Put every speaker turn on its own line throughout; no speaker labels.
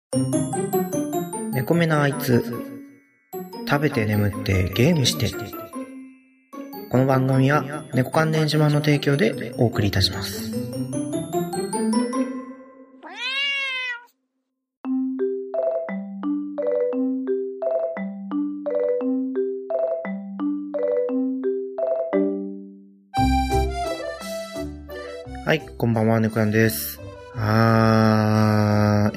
猫目のあいつ、食べて眠ってゲームして。この番組は猫関連島の提供でお送りいたします。はい、こんばんは、猫やんです。すいま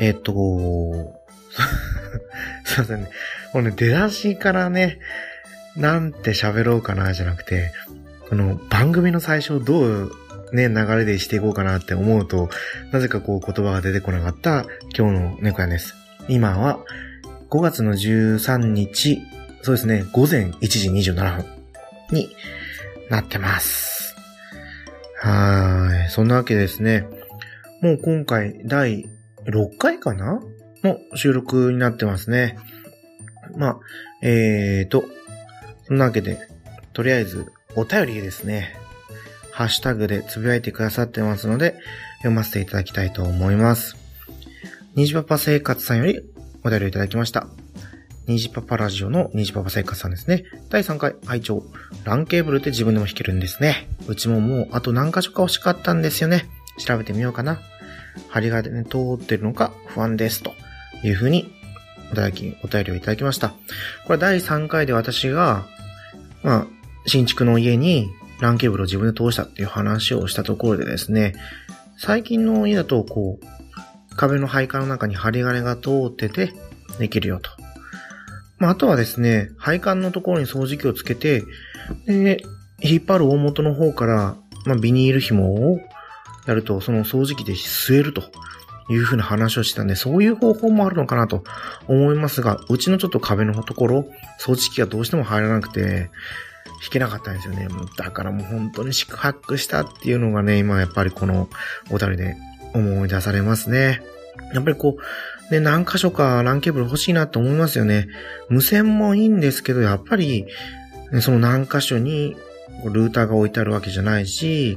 せんね。もうね、出だしからね、なんて喋ろうかな、じゃなくて、この番組の最初をどうね、流れでしていこうかなって思うと、なぜかこう言葉が出てこなかった今日の猫やんです。今は5月の13日、そうですね、午前1時27分になってます。そんなわけですね。もう今回第6回かなの収録になってますね。そんなわけで、とりあえずお便りですね。ハッシュタグでつぶやいてくださってますので、読ませていただきたいと思います。虹パパ生活さんよりお便りをいただきました。虹パパラジオの虹パパ生活さんですね。第3回拝聴。LAN ケーブルって自分でも弾けるんですね。うちももうあと何箇所か欲しかったんですよね。調べてみようかな。針がね、通ってるのか不安です。というふうにお便りをいただきました。これ第3回で私が、新築の家に LAN ケーブルを自分で通したっていう話をしたところでですね、最近の家だと壁の配管の中に針金が通っててできるよと。あとはですね、配管のところに掃除機をつけて、で、引っ張る大元の方から、ビニール紐をやると、その掃除機で吸えるというふうな話をしてたんで、そういう方法もあるのかなと思いますが、うちのちょっと壁のところ、掃除機がどうしても入らなくて、引けなかったんですよね。だからもう本当に四苦八苦したっていうのがね、今やっぱりこのお便りで思い出されますね。やっぱり何箇所かLANケーブル欲しいなと思いますよね。無線もいいんですけど、やっぱり、その何箇所にルーターが置いてあるわけじゃないし、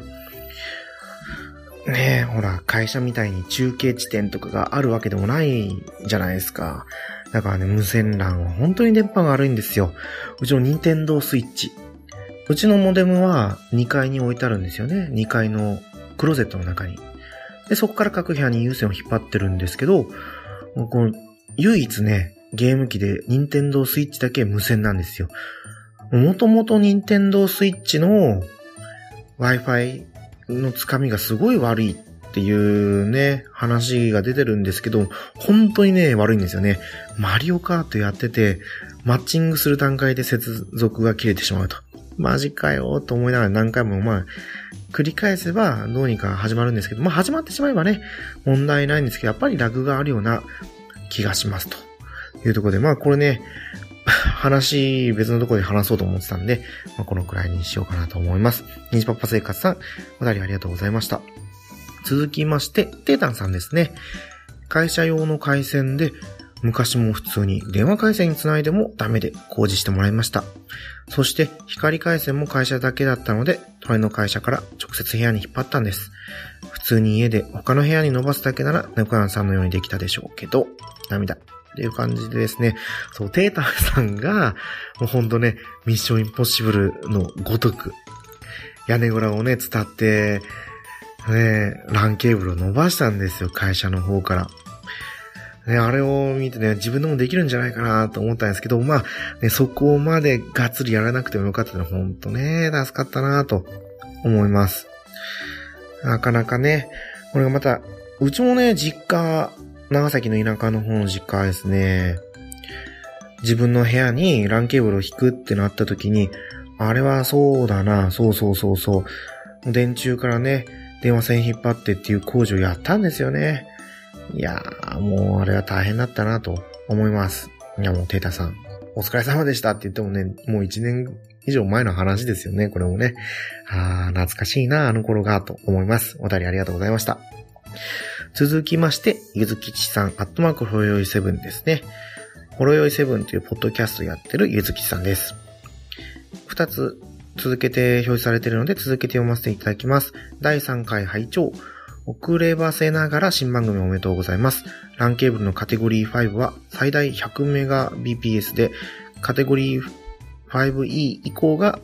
ほら、会社みたいに中継地点とかがあるわけでもないじゃないですか。だからね、無線LANは本当に電波が悪いんですよ。うちの任天堂スイッチ。うちのモデムは2階に置いてあるんですよね。2階のクローゼットの中に。で、そこから各部屋に有線を引っ張ってるんですけど、唯一ね、ゲーム機で任天堂スイッチだけ無線なんですよ。もともと任天堂スイッチの Wi-Fi のつかみがすごい悪いっていうね、話が出てるんですけど、本当にね、悪いんですよね。マリオカートやってて、マッチングする段階で接続が切れてしまうと。マジかよと思いながら何回も繰り返せばどうにか始まるんですけど、始まってしまえばね、問題ないんですけど、やっぱりラグがあるような気がしますというところで、これね、話別のところで話そうと思ってたんで、このくらいにしようかなと思います。虹パパ生活さん、お便りありがとうございました。続きまして、テータンさんですね。会社用の回線で、昔も普通に電話回線につないでもダメで工事してもらいました。そして光回線も会社だけだったので、隣の会社から直接部屋に引っ張ったんです。普通に家で他の部屋に伸ばすだけなら猫やんさんのようにできたでしょうけど、涙っていう感じでですね、テータさんがもうほんとね、ミッションインポッシブルのごとく屋根裏をね伝ってLANケーブルを伸ばしたんですよ、会社の方から。あれを見てね、自分でもできるんじゃないかなと思ったんですけど、そこまでがっつりやらなくてもよかったの、ほんとね、助かったなと思います。なかなかね、これがまた、うちもね、実家、長崎の田舎の方の実家ですね、自分の部屋にLANケーブルを引くってなった時に、あれはそうだな、そう。電柱からね、電話線引っ張ってっていう工事をやったんですよね。いやー、もうあれは大変だったなと思います。いやもうテータさん、お疲れ様でしたって言ってもね、もう1年以上前の話ですよね、これもね。懐かしいな、あの頃が、と思います。お便りありがとうございました。続きまして、ゆずきちさん、@ほろよい7ですね。ほろよい7というポッドキャストやってるゆずきちさんです。2つ続けて表示されているので続けて読ませていただきます。第3回拝聴。 遅ればせながら新番組おめでとうございます。LAN ケーブルのカテゴリー5は最大 100Mbps で、カテゴリー 5E 以降が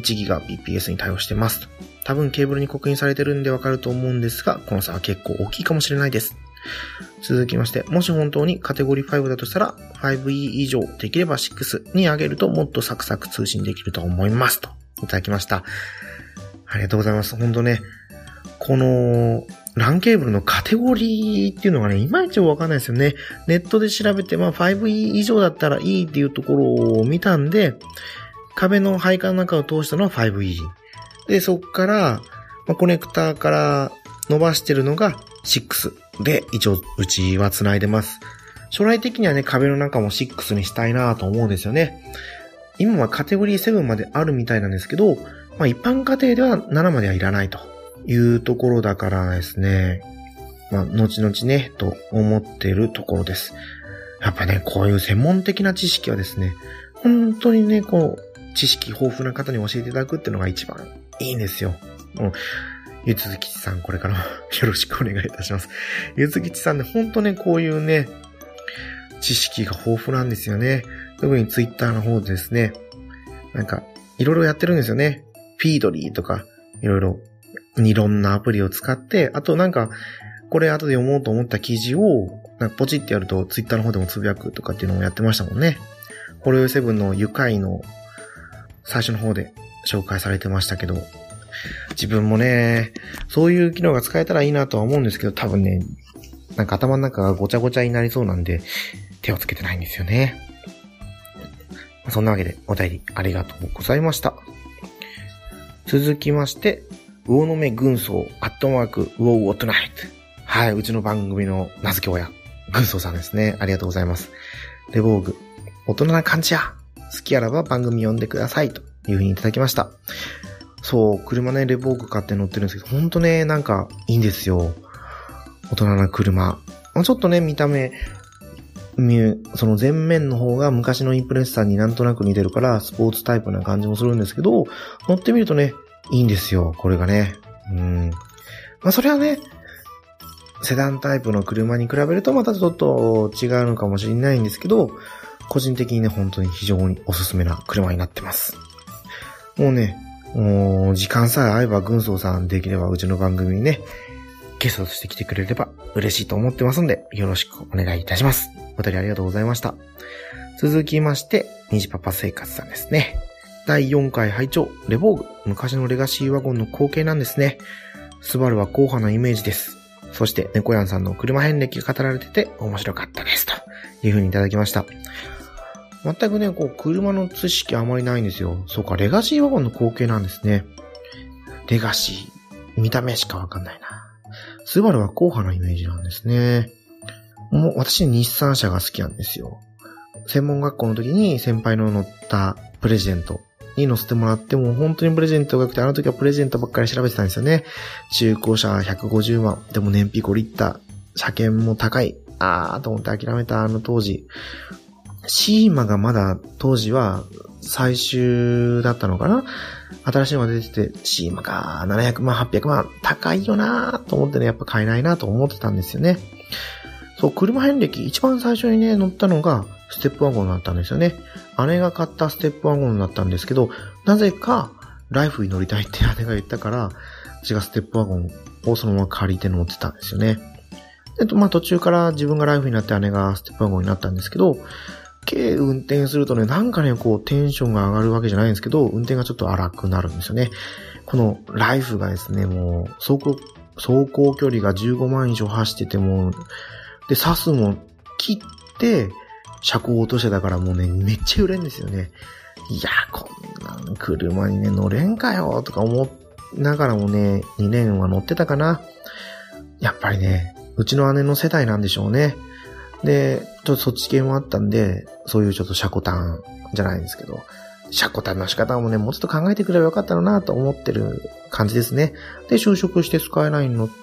1GBps に対応しています。多分ケーブルに刻印されてるんでわかると思うんですが、この差は結構大きいかもしれないです。続きまして、もし本当にカテゴリー5だとしたら 5E 以上、できれば6に上げるともっとサクサク通信できると思いますといただきました。ありがとうございます。本当ね、このLAN ケーブルのカテゴリーっていうのがね、いまいちわかんないですよね。ネットで調べて、5E 以上だったらいいっていうところを見たんで、壁の配管の中を通したのは 5E。で、そっから、コネクターから伸ばしてるのが6で、一応うちは繋いでます。将来的にはね、壁の中も6にしたいなと思うんですよね。今はカテゴリー7まであるみたいなんですけど、一般家庭では7まではいらないというところだからですね。後々ね、と思っているところです。やっぱね、こういう専門的な知識はですね、本当にね、知識豊富な方に教えていただくっていうのが一番いいんですよ。ゆずきちさん、これからもよろしくお願いいたします。ゆずきちさんね、本当ね、こういうね、知識が豊富なんですよね。特にツイッターの方でですね、いろいろやってるんですよね。フィードリーとか、いろんなアプリを使って、あとこれ後で読もうと思った記事を、ポチってやるとツイッターの方でもつぶやくとかっていうのをやってましたもんね。ホロヨ7の愉快の最初の方で紹介されてましたけど、自分もね、そういう機能が使えたらいいなとは思うんですけど、多分ね、頭の中がごちゃごちゃになりそうなんで、手をつけてないんですよね。そんなわけで、お便りありがとうございました。続きまして、魚の目軍曹、ウォートナイト。はい、うちの番組の名付け親、軍曹さんですね。ありがとうございます。レボーグ、大人な感じや。好きあらば番組読んでください。というふうにいただきました。そう、車ね、レボーグ買って乗ってるんですけど、ほんとね、いいんですよ。大人な車。ちょっとね、見た目、その前面の方が昔のインプレッサーになんとなく似てるから、スポーツタイプな感じもするんですけど、乗ってみるとね、いいんですよ、これがね。それはね、セダンタイプの車に比べるとまたちょっと違うのかもしれないんですけど、個人的にね、本当に非常におすすめな車になってます。もうね、時間さえ合えば軍曹さんできればうちの番組にね、ゲストとして来てくれれば嬉しいと思ってますんで、よろしくお願いいたします。お便りありがとうございました。続きまして、虹パパ生活さんですね。第4回拝聴レボーグ。昔のレガシーワゴンの後継なんですね。スバルは硬派なイメージです。そして、猫やんさんの車遍歴が語られてて面白かったです。という風にいただきました。全くね、車の知識あまりないんですよ。そうか、レガシーワゴンの後継なんですね。レガシー。見た目しかわかんないな。スバルは硬派なイメージなんですね。私、日産車が好きなんですよ。専門学校の時に先輩の乗ったプレゼントに乗せてもらって、もう本当にプレゼントが良くて、あの時はプレゼントばっかり調べてたんですよね。中古車150万。でも燃費5リッター。車検も高い。と思って諦めた当時。シーマがまだ当時は最終だったのかな？新しいのが出てて、シーマか700万、800万。高いよなと思ってね、やっぱ買えないなと思ってたんですよね。そう、車遍歴一番最初にね、乗ったのがステップワゴンだったんですよね。姉が買ったステップワゴンだったんですけど、なぜかライフに乗りたいって姉が言ったから、私がステップワゴンをそのまま借りて乗ってたんですよね。途中から自分がライフになって姉がステップワゴンになったんですけど、運転するとね、テンションが上がるわけじゃないんですけど、運転がちょっと荒くなるんですよね。このライフがですね、もう、走行距離が15万以上走ってても、で、サスも切って、車高落としてたからもうね、めっちゃ揺れんですよね。いや、こんなん車にね、乗れんかよ、とか思いながらもね、2年は乗ってたかな。やっぱりね、うちの姉の世代なんでしょうね。で、ちょっとそっち系もあったんで、そういうちょっと車庫端じゃないんですけど、車庫端の仕方もね、もうちょっと考えてくればよかったのなと思ってる感じですね。で、就職してスカイライン乗って、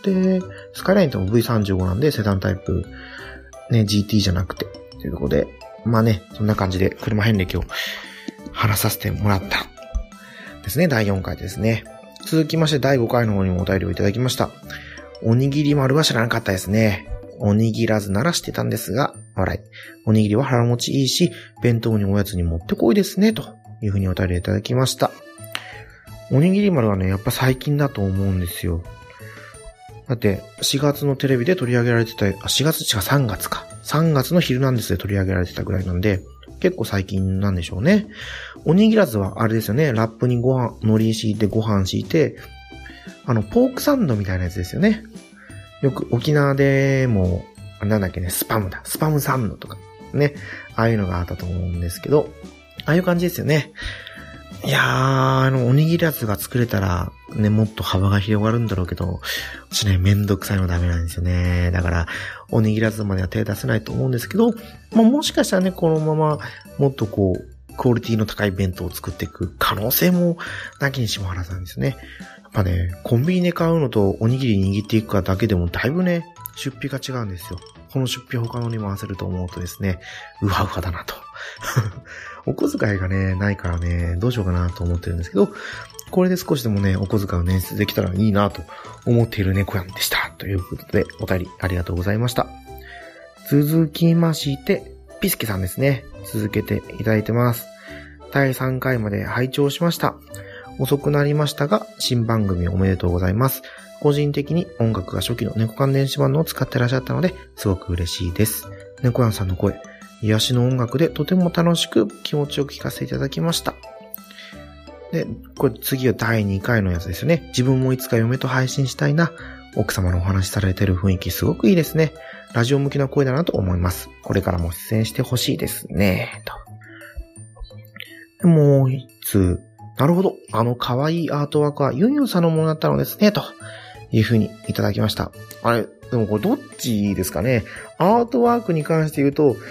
スカイラインっても V35 なんで、セダンタイプ、ね、GT じゃなくて、というところで、そんな感じで車遍歴を話させてもらったですね。第4回ですね。続きまして第5回の方にもお便りをいただきました。 おにぎり丸は知らなかったですね。おにぎらずならしてたんですが、笑い。おにぎりは腹持ちいいし、弁当におやつにもってこいですね、というふうにお便りいただきました。おにぎり丸はね、やっぱ最近だと思うんですよ。だって、4月のテレビで取り上げられてた、3月か。3月のヒルナンデスで取り上げられてたぐらいなんで、結構最近なんでしょうね。おにぎらずはあれですよね。ラップに海苔敷いてご飯敷いて、ポークサンドみたいなやつですよね。よく沖縄でも、なんだっけね、スパムサンドとか、ね。ああいうのがあったと思うんですけど、ああいう感じですよね。いやー、おにぎらずが作れたら、ね、もっと幅が広がるんだろうけど、私ね、めんどくさいのダメなんですよね。だから、おにぎらずまでは手出せないと思うんですけど、もしかしたらね、このまま、もっとこう、クオリティの高い弁当を作っていく可能性も、なきにしもあらずなんですね。やっぱね、コンビニで買うのとおにぎり握っていくかだけでもだいぶね、出費が違うんですよ。この出費を他のに回せると思うとですね、うわうわだなと。お小遣いがね、ないからね、どうしようかなと思ってるんですけど、これで少しでもね、お小遣いを捻出できたらいいなと思っている猫やんでした。ということで、お便りありがとうございました。続きまして、ピスケさんですね。続けていただいてます。第3回まで拝聴しました。遅くなりましたが、新番組おめでとうございます。個人的に音楽が初期の猫缶電子版のを使ってらっしゃったので、すごく嬉しいです。猫やんさんの声、癒しの音楽でとても楽しく気持ちよく聴かせていただきました。で、これ次は第2回のやつですよね。自分もいつか嫁と配信したいな。奥様のお話しされてる雰囲気すごくいいですね。ラジオ向きな声だなと思います。これからも出演してほしいですね。と。もう一つ。なるほど。可愛いアートワークはユンユンさんのものだったのですね。というふうにいただきました。あれ、でもこれどっちですかね。アートワークに関して言うと、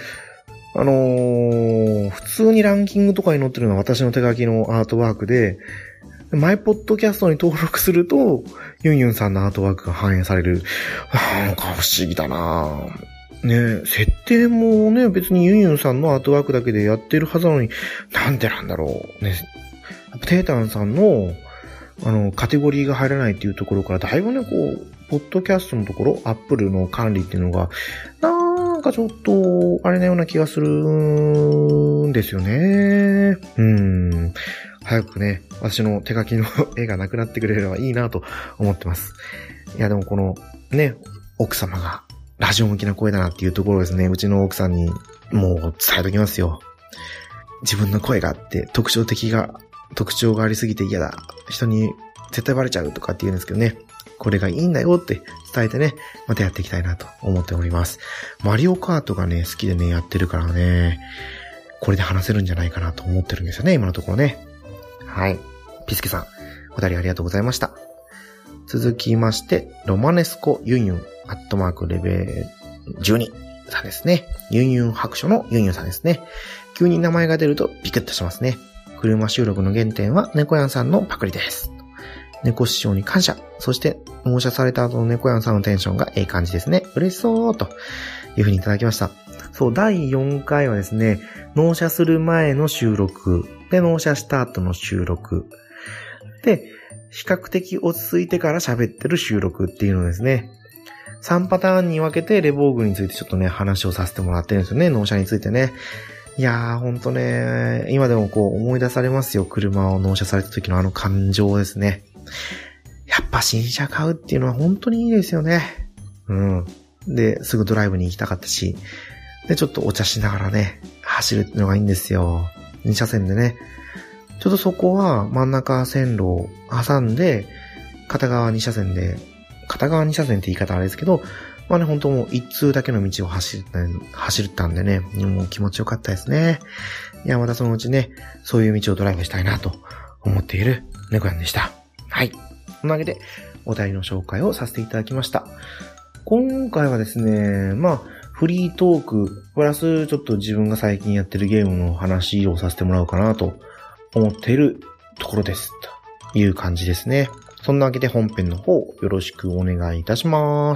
普通にランキングとかに載ってるのは私の手書きのアートワークで、マイポッドキャストに登録すると、ユンユンさんのアートワークが反映される。なんか不思議だなね、設定もね、別にユンユンさんのアートワークだけでやってるはずなのに、なんでなんだろう。ね、テータンさんの、カテゴリーが入らないっていうところから、だいぶね、こう、ポッドキャストのところ、アップルの管理っていうのが、なんかちょっと、あれなような気がするんですよね。早くね、私の手書きの絵がなくなってくれればいいなと思ってます。いや、でもこの、ね、奥様がラジオ向きな声だなっていうところですね、うちの奥さんにもう伝えときますよ。自分の声があって、特徴がありすぎて嫌だ。人に絶対バレちゃうとかって言うんですけどね。これがいいんだよって伝えてね、またやっていきたいなと思っております。マリオカートがね、好きでね、やってるからね、これで話せるんじゃないかなと思ってるんですよね、今のところね。はい。ピスケさん、お便りありがとうございました。続きまして、ロマネスコユンユン、レベ12さんですね。ユンユン白書のユンユンさんですね。急に名前が出るとビクッとしますね。車収録の原点は猫やんさんのパクリです。猫師匠に感謝。そして納車された後の猫やんさんのテンションがいい感じですね。嬉しそうというふうにいただきました。そう、第4回はですね、納車する前の収録で、納車した後の収録で、比較的落ち着いてから喋ってる収録っていうのですね。3パターンに分けてレボーグについてちょっとね、話をさせてもらってるんですよね。納車についてね。いやー、ほんとね、今でもこう思い出されますよ。車を納車された時のあの感情ですね。やっぱ新車買うっていうのは本当にいいですよね。で、すぐドライブに行きたかったし、で、ちょっとお茶しながらね、走るっていうのがいいんですよ。2車線でね。ちょっとそこは真ん中線路を挟んで、片側2車線って言い方あれですけど、まあね、本当もう一通だけの道を走ったんでね、もう気持ちよかったですね。いや、またそのうちね、そういう道をドライブしたいなと思っている猫やんでした。はい。そのわけで、お便りの紹介をさせていただきました。今回はですね、フリートーク、プラスちょっと自分が最近やってるゲームの話をさせてもらおうかなと思っているところです。という感じですね。そんなわけで本編の方よろしくお願いいたします。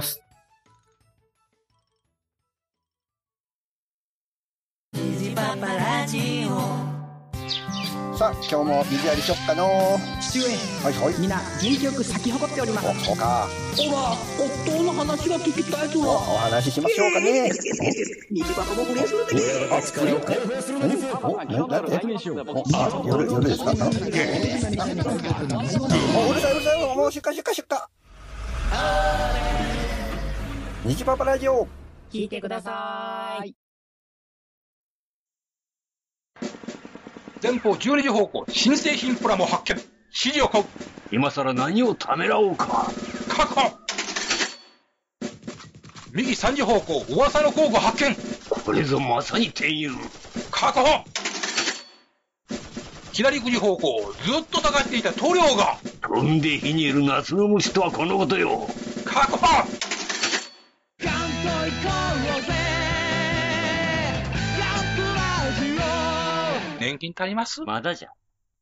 さあ、今日も水やりしよっかの。
父上、
はいはい。
みんな元気よく咲き誇っております。
お、そうか。
ほら、夫の話が聞きたいとは。
お話ししましょうかね。
日バコも不倫するんです。
夜ですか。うるさい、もう出荷。日パパラジオ。
聞いてください。
前方12時方向、新製品プラモ発見。指示を買う。
今さら何をためらおうか。
確保。右3時方向、噂の工具発見。
これぞまさに天佑。
確保。左9時方向、ずっと探していた塗料が。
飛んで火にいる夏の虫とはこのことよ。
確保。年金足ります？
まだじゃ。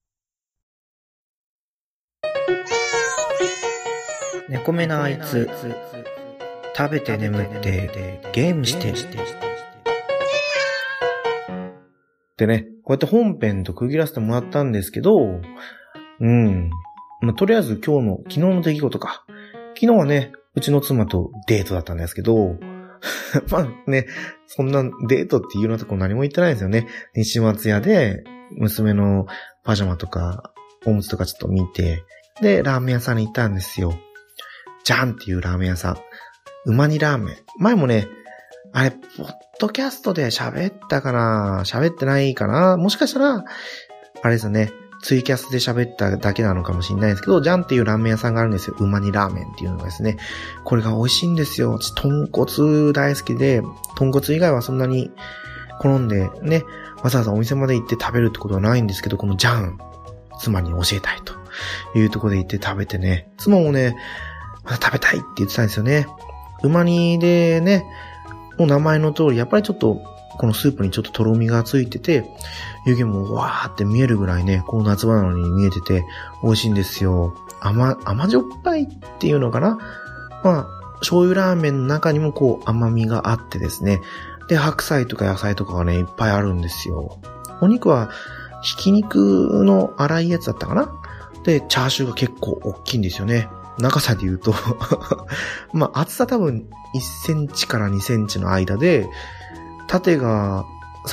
猫目のあいつ、食べて眠ってゲームして。でね、こうやって本編と区切らせてもらったんですけど、とりあえず昨日の出来事か。昨日はね、うちの妻とデートだったんですけど、まあね、そんなデートっていうのとこ何も言ってないんですよね。西松屋で娘のパジャマとかおむつとかちょっと見て、で、ラーメン屋さんに行ったんですよ。ジャンっていうラーメン屋さん。うま煮ラーメン。前もね、あれ、ポッドキャストで喋ったかな？喋ってないかな？もしかしたら、あれですよね。ツイキャスで喋っただけなのかもしれないですけど、ジャンっていうラーメン屋さんがあるんですよ。うま煮ラーメンっていうのがですね。これが美味しいんですよ。豚骨大好きで、豚骨以外はそんなに好んでね、わざわざお店まで行って食べるってことはないんですけど、このジャン、妻に教えたいというところで行って食べてね、妻もね、また食べたいって言ってたんですよね。うま煮でね、もう名前の通り、やっぱりちょっと、このスープにちょっととろみがついてて、湯気もわーって見えるぐらいね、この夏場なのに見えてて美味しいんですよ。甘じょっぱいっていうのかな。まあ、醤油ラーメンの中にもこう甘みがあってですね。で、白菜とか野菜とかがね、いっぱいあるんですよ。お肉は、ひき肉の粗いやつだったかな。で、チャーシューが結構大きいんですよね。長さで言うと、まあ、厚さ多分1センチから2センチの間で、縦が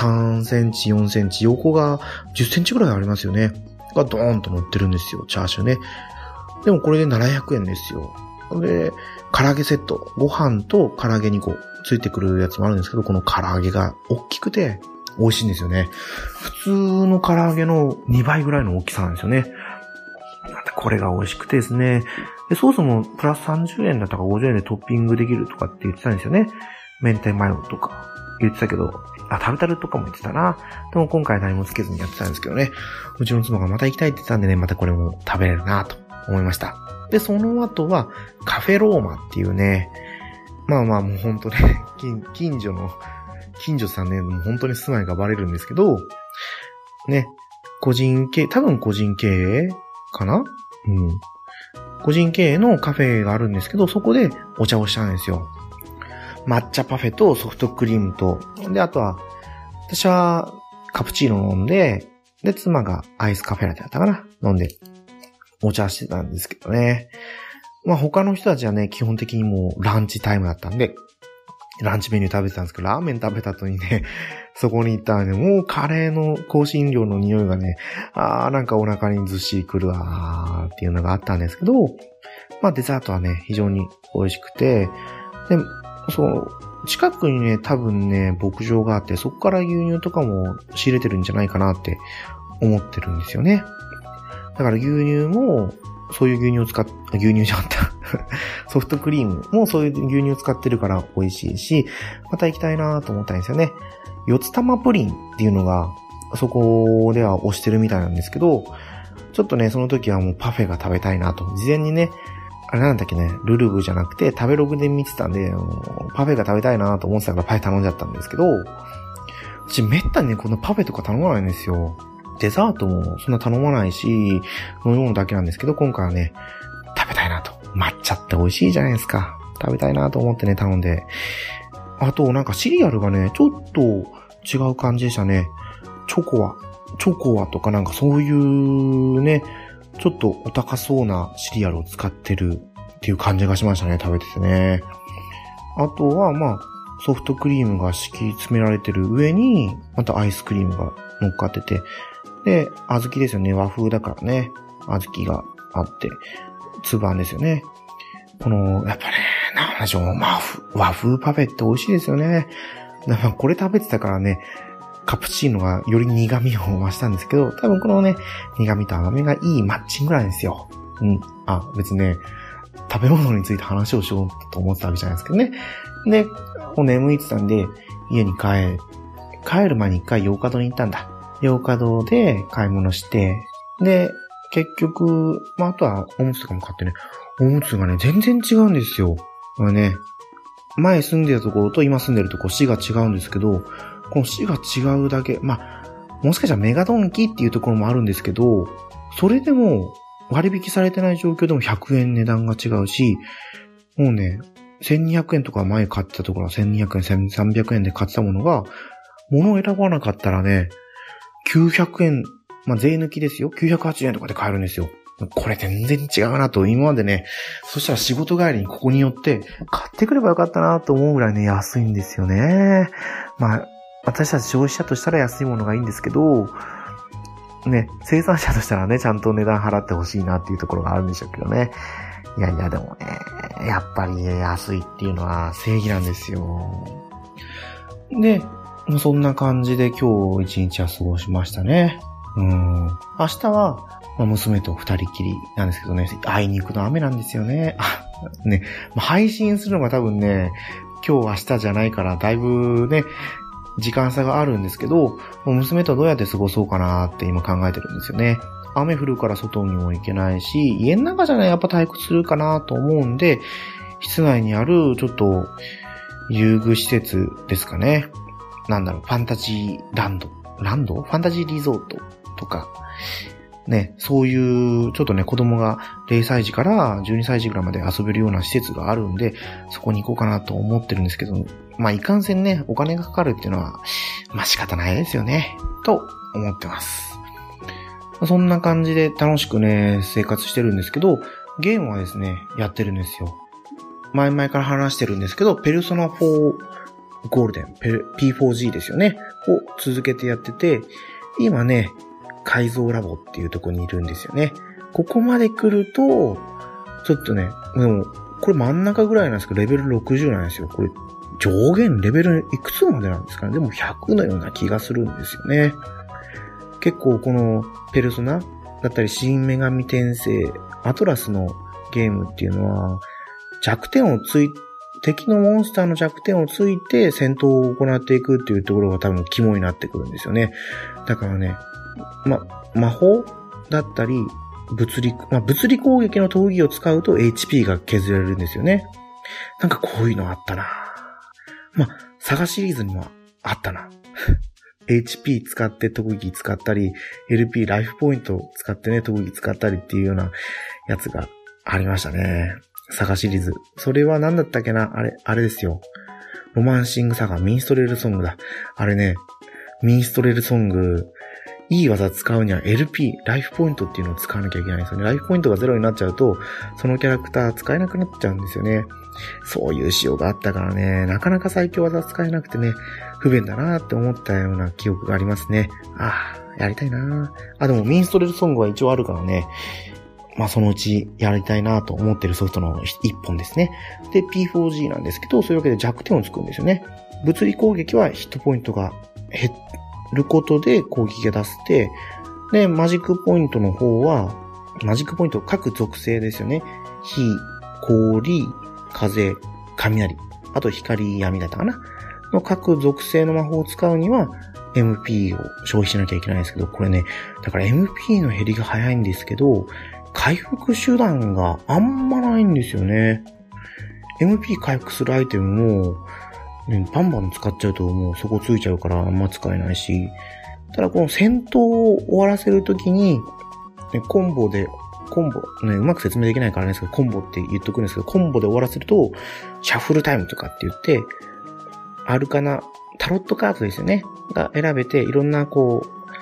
3センチ、4センチ、横が10センチぐらいありますよね。がドーンと乗ってるんですよ、チャーシューね。でもこれで700円ですよ。で、唐揚げセット、ご飯と唐揚げ2個ついてくるやつもあるんですけど、この唐揚げが大きくて美味しいんですよね。普通の唐揚げの2倍ぐらいの大きさなんですよね。これが美味しくてですね。で、ソースもプラス30円だったか50円でトッピングできるとかって言ってたんですよね。明太マヨとか言ってたけど、タルタルとかも言ってたな。でも今回何もつけずにやってたんですけどね。うちの妻がまた行きたいって言ってたんでね、またこれも食べれるなと思いました。で、その後はカフェローマっていうね、まあもうほんとね、近所さんね、もう本当に住まいがバレるんですけど、ね、多分個人経営かな？個人経営のカフェがあるんですけど、そこでお茶をしたんですよ。抹茶パフェとソフトクリームと、で、あとは、私はカプチーノ飲んで、で、妻がアイスカフェラテだったかな？飲んで、お茶してたんですけどね。まあ他の人たちはね、基本的にもうランチタイムだったんで、ランチメニュー食べてたんですけど、ラーメン食べた後にね、そこに行ったらね、もうカレーの香辛料の匂いがね、なんかお腹にずっしりくるわーっていうのがあったんですけど、まあデザートはね、非常に美味しくて、で、近くにね、多分ね、牧場があって、そこから牛乳とかも仕入れてるんじゃないかなって思ってるんですよね。だから牛乳も、そういう牛乳を牛乳じゃなかった。ソフトクリームもそういう牛乳を使ってるから美味しいし、また行きたいなと思ったんですよね。四つ玉プリンっていうのが、そこでは推してるみたいなんですけど、ちょっとね、その時はもうパフェが食べたいなと。事前にね、あれなんだっけね、ルルブじゃなくて食べログで見てたんで、パフェが食べたいなと思ってたからパフェ頼んじゃったんですけど、私めったにね、このパフェとか頼まないんですよ。デザートもそんな頼まないし、飲み物だけなんですけど、今回はね、食べたいなと。抹茶って美味しいじゃないですか。食べたいなと思ってね、頼んで。あと、なんかシリアルがね、ちょっと違う感じでしたね。チョコはチョコアとかなんかそういうね、ちょっとお高そうなシリアルを使ってるっていう感じがしましたね、食べててね。あとは、ソフトクリームが敷き詰められてる上に、またアイスクリームが乗っかってて、で、小豆ですよね、和風だからね、小豆があって、粒あんですよね。やっぱね、なんでしょう、和風パフェって美味しいですよね。これ食べてたからね、カプチーノがより苦味を増したんですけど、多分このね、苦味と甘みがいいマッチングなんですよ。別にね、食べ物について話をしようと思ってたわけじゃないですけどね。で、眠いってたんで、家に帰る前に一回洋華堂に行ったんだ。洋華堂で買い物して、で、結局、あとはおむつとかも買ってね、おむつがね、全然違うんですよ。前住んでたところと今住んでるところ、市が違うんですけど、この市が違うだけ、もしかしたらメガドンキっていうところもあるんですけど、それでも割引されてない状況でも100円値段が違うし、もうね、1200円とか前買ってたところは1200円、1300円で買ってたものが、物を選ばなかったらね、900円、税抜きですよ。980円とかで買えるんですよ。これ全然違うなと、今までね、そしたら仕事帰りにここに寄って買ってくればよかったなと思うぐらいね、安いんですよね。私たち消費者としたら安いものがいいんですけど、ね、生産者としたらね、ちゃんと値段払ってほしいなっていうところがあるんでしょうけどね。いや、でもね、やっぱりね、安いっていうのは正義なんですよ。で、そんな感じで今日一日は過ごしましたね。明日は、娘と二人きりなんですけどね、あいにくの雨なんですよね。ね、配信するのが多分ね、今日明日じゃないからだいぶね、時間差があるんですけど、娘とどうやって過ごそうかなって今考えてるんですよね。雨降るから外にも行けないし、家の中じゃね、やっぱ退屈するかなと思うんで、室内にあるちょっと遊具施設ですかね。ファンタジーランドファンタジーリゾートとか、ね、そういうちょっとね、子供が0歳児から12歳児ぐらいまで遊べるような施設があるんで、そこに行こうかなと思ってるんですけど、いかんせんね、お金がかかるっていうのは、仕方ないですよね、と思ってます。そんな感じで楽しくね、生活してるんですけど、ゲームはですね、やってるんですよ。前々から話してるんですけど、ペルソナ4ゴールデン、P4G ですよね、を続けてやってて、今ね、改造ラボっていうところにいるんですよね。ここまで来ると、ちょっとね、でも、これ真ん中ぐらいなんですけど、レベル60なんですよ。これ、上限レベルいくつまでなんですかね。でも100のような気がするんですよね。結構このペルソナだったり新女神転生、アトラスのゲームっていうのは敵のモンスターの弱点をついて戦闘を行っていくっていうところが多分肝になってくるんですよね。だからね、魔法だったり物理攻撃の闘技を使うと HP が削れるんですよね。こういうのあったな。サガシリーズにもあったな。HP 使って特技使ったり、LP ライフポイントを使ってね、特技使ったりっていうようなやつがありましたね。サガシリーズ。それは何だったっけな？あれですよ。ロマンシングサガ、ミンストレルソングだ。あれね、ミンストレルソング、いい技使うには LP、ライフポイントっていうのを使わなきゃいけないんですよね。ライフポイントがゼロになっちゃうと、そのキャラクター使えなくなっちゃうんですよね。そういう仕様があったからね、なかなか最強技使えなくてね、不便だなーって思ったような記憶がありますね。やりたいなー。でもミンストレルソングは一応あるからね、そのうちやりたいなと思ってるソフトの一本ですね。で、P4G なんですけど、そういうわけで弱点をつくんですよね。物理攻撃はヒットポイントが減ることで攻撃が出せて、で、マジックポイントの方は、マジックポイント各属性ですよね。火、氷、風、雷、あと光闇だったかなの各属性の魔法を使うには MP を消費しなきゃいけないんですけど、これね、だから MP の減りが早いんですけど、回復手段があんまないんですよね。MP 回復するアイテムも、バンバン使っちゃうともうそこついちゃうからあんま使えないし、ただこの戦闘を終わらせるときに、コンボ、ね、うまく説明できないからですけど、コンボって言っとくんですけど、コンボで終わらせると、シャッフルタイムとかって言って、アルカナ、タロットカードですよね。が選べて、いろんな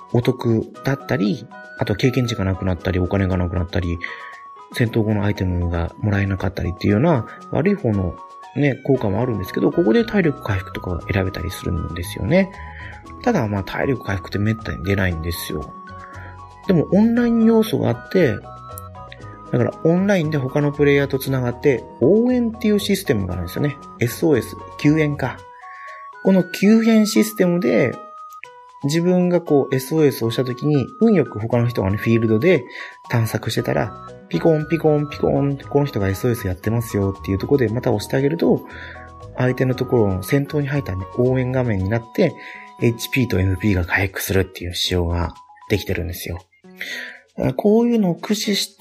お得だったり、あと経験値がなくなったり、お金がなくなったり、戦闘後のアイテムがもらえなかったりっていうような悪い方のね、効果もあるんですけど、ここで体力回復とかが選べたりするんですよね。ただまあ体力回復ってめったに出ないんですよ。でもオンライン要素があって、だからオンラインで他のプレイヤーと繋がって応援っていうシステムがあるんですよね。SOS、救援か。この救援システムで自分がこう SOS をしたときに運よく他の人がね、フィールドで探索してたらピコンピコンピコンってこの人が SOS やってますよっていうところでまた押してあげると相手のところの先頭に入った、ね、応援画面になって HP と MP が回復するっていう仕様ができてるんですよ。こういうのを駆使して、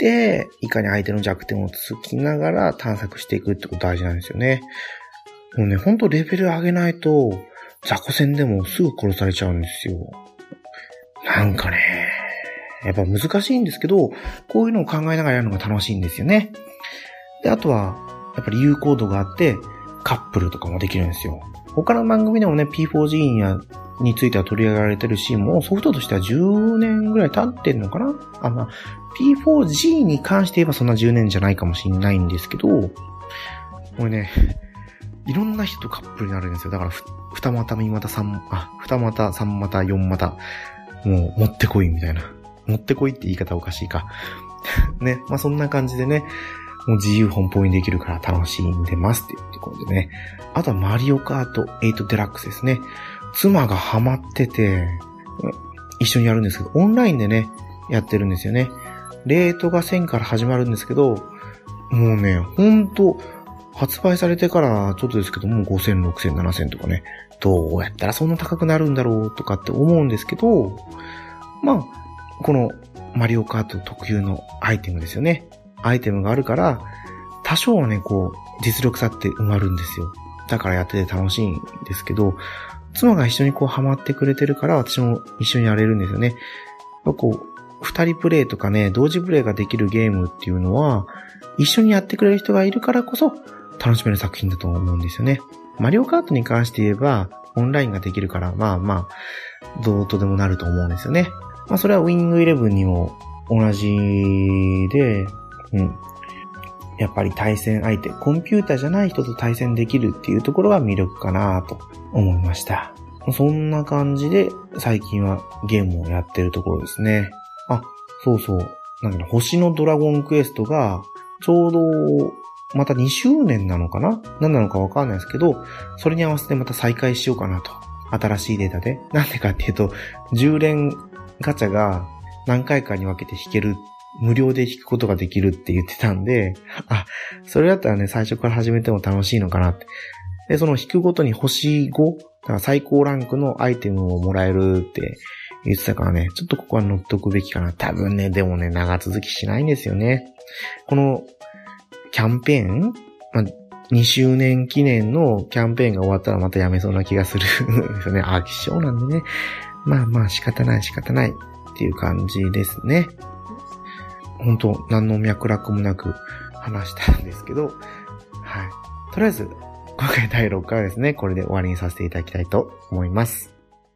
いかに相手の弱点をつきながら探索していくってこと大事なんですよね。もうね、ほんとレベル上げないと、雑魚戦でもすぐ殺されちゃうんですよ。なんかね、やっぱ難しいんですけど、こういうのを考えながらやるのが楽しいんですよね。で、あとは、やっぱり有効度があって、カップルとかもできるんですよ。他の番組でもね、P4G については取り上げられてるし、もうソフトとしては10年ぐらい経ってんのかな？P4G に関して言えばそんな10年じゃないかもしれないんですけど、これね、いろんな人とカップルになるんですよ。だから、二股、三股、二股、三股、四股、もう、もってこいみたいな。もってこいって言い方おかしいか。ね、まあそんな感じでね、もう自由奔放にできるから楽しんでますっていうところでね。あとはマリオカート8デラックスですね。妻がハマってて、一緒にやるんですけど、オンラインでね、やってるんですよね。レートが1000から始まるんですけど、もうね、ほんと、発売されてからちょっとですけど、もう5000、6000、7000とかね、どうやったらそんな高くなるんだろうとかって思うんですけど、まあ、このマリオカート特有のアイテムですよね。アイテムがあるから、多少はね、こう、実力差って埋まるんですよ。だからやってて楽しいんですけど、妻が一緒にこうハマってくれてるから私も一緒にやれるんですよね。こう、二人プレイとかね、同時プレイができるゲームっていうのは、一緒にやってくれる人がいるからこそ楽しめる作品だと思うんですよね。マリオカートに関して言えば、オンラインができるから、まあ、どうとでもなると思うんですよね。まあそれはウィング11にも同じで、やっぱり対戦相手、コンピューターじゃない人と対戦できるっていうところが魅力かなと思いました。そんな感じで最近はゲームをやってるところですね。あ、そうそう。星のドラゴンクエストがちょうどまた2周年なのかな？何なのかわかんないですけど、それに合わせてまた再開しようかなと。新しいデータで。なんでかっていうと、10連ガチャが何回かに分けて引ける。無料で引くことができるって言ってたんで、それだったらね、最初から始めても楽しいのかなって。で、その引くごとに星5、だから最高ランクのアイテムをもらえるって言ってたからね、ちょっとここは乗っとくべきかな。多分ね、でもね、長続きしないんですよね。このキャンペーン、2周年記念のキャンペーンが終わったらまたやめそうな気がするんですよね。飽き性なんでね。まあ仕方ないっていう感じですね。本当何の脈絡もなく話したんですけど、はい。とりあえず、今回第6回はですね、これで終わりにさせていただきたいと思います。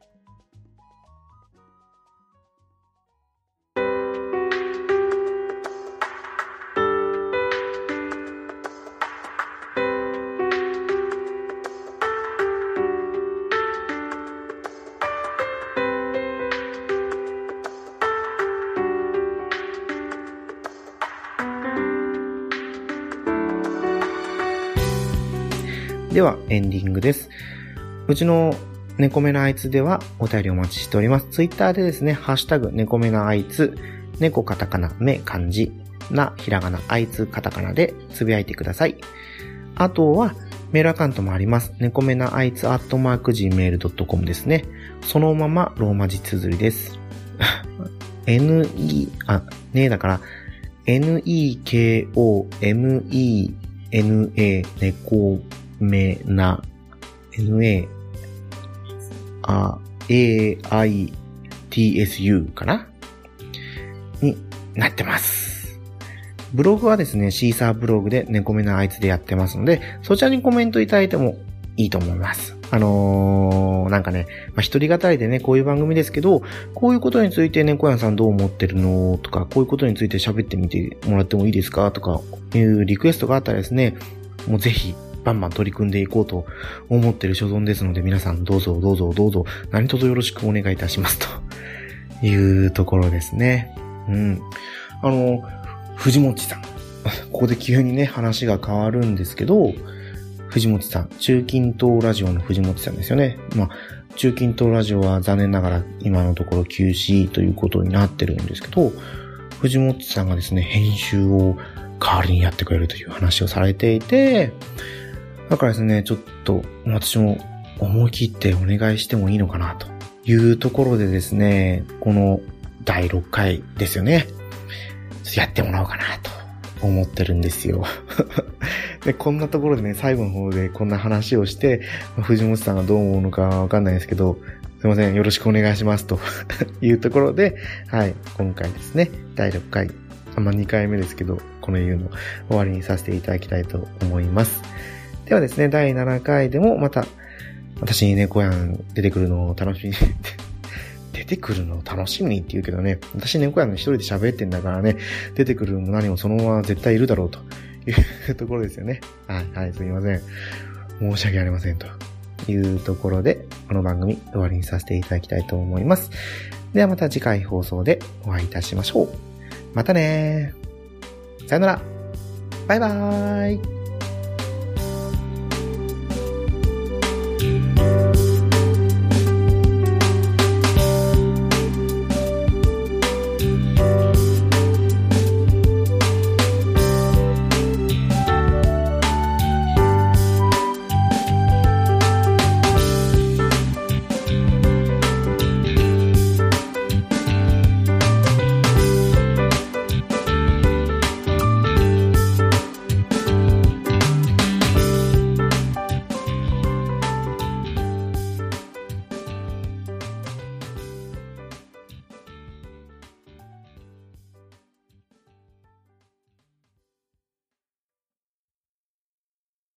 ではエンディングです。うちの猫目のあいつではお便りお待ちしております。ツイッターでですね、ハッシュタグ猫目のあいつ、猫カタカナ、目漢字、なひらがな、あいつカタカナでつぶやいてください。あとはメールアカウントもあります。猫目なあいつ@gmail.com ですね。そのままローマ字綴りです。だから NEKOMENA 猫目な AITSU かなになってます。ブログはですね、シーサーブログで猫目なあいつでやってますので、そちらにコメントいただいてもいいと思います。なんかね、一人語りでね、こういう番組ですけど、こういうことについてね、小山さんどう思ってるのとか、こういうことについて喋ってみてもらってもいいですかとか、いうリクエストがあったらですね、もうぜひ、バンバン取り組んでいこうと思ってる所存ですので、皆さんどうぞ、何卒よろしくお願いいたしますというところですね。藤本さん。ここで急にね、話が変わるんですけど、藤本さん、中近東ラジオの藤本さんですよね。中近東ラジオは残念ながら今のところ休止ということになってるんですけど、藤本さんがですね、編集を代わりにやってくれるという話をされていて、だからですね、ちょっと私も思い切ってお願いしてもいいのかなというところでですね、この第6回ですよね、やってもらおうかなと思ってるんですよ。で、こんなところでね、最後の方でこんな話をして、藤本さんがどう思うのかわかんないですけど、すいません、よろしくお願いしますというところで、はい、今回ですね、第6回、2回目ですけど、このいうのを終わりにさせていただきたいと思います。ではですね、第7回でもまた、私に猫やん出てくるのを楽しみに、出てくるのを楽しみにって言うけどね、私猫やんの一人で喋ってんだからね、出てくるのも何もそのまま絶対いるだろうというところですよね。はい、すみません。申し訳ありませんというところで、この番組終わりにさせていただきたいと思います。ではまた次回放送でお会いいたしましょう。またねー。さよなら。バイバーイ。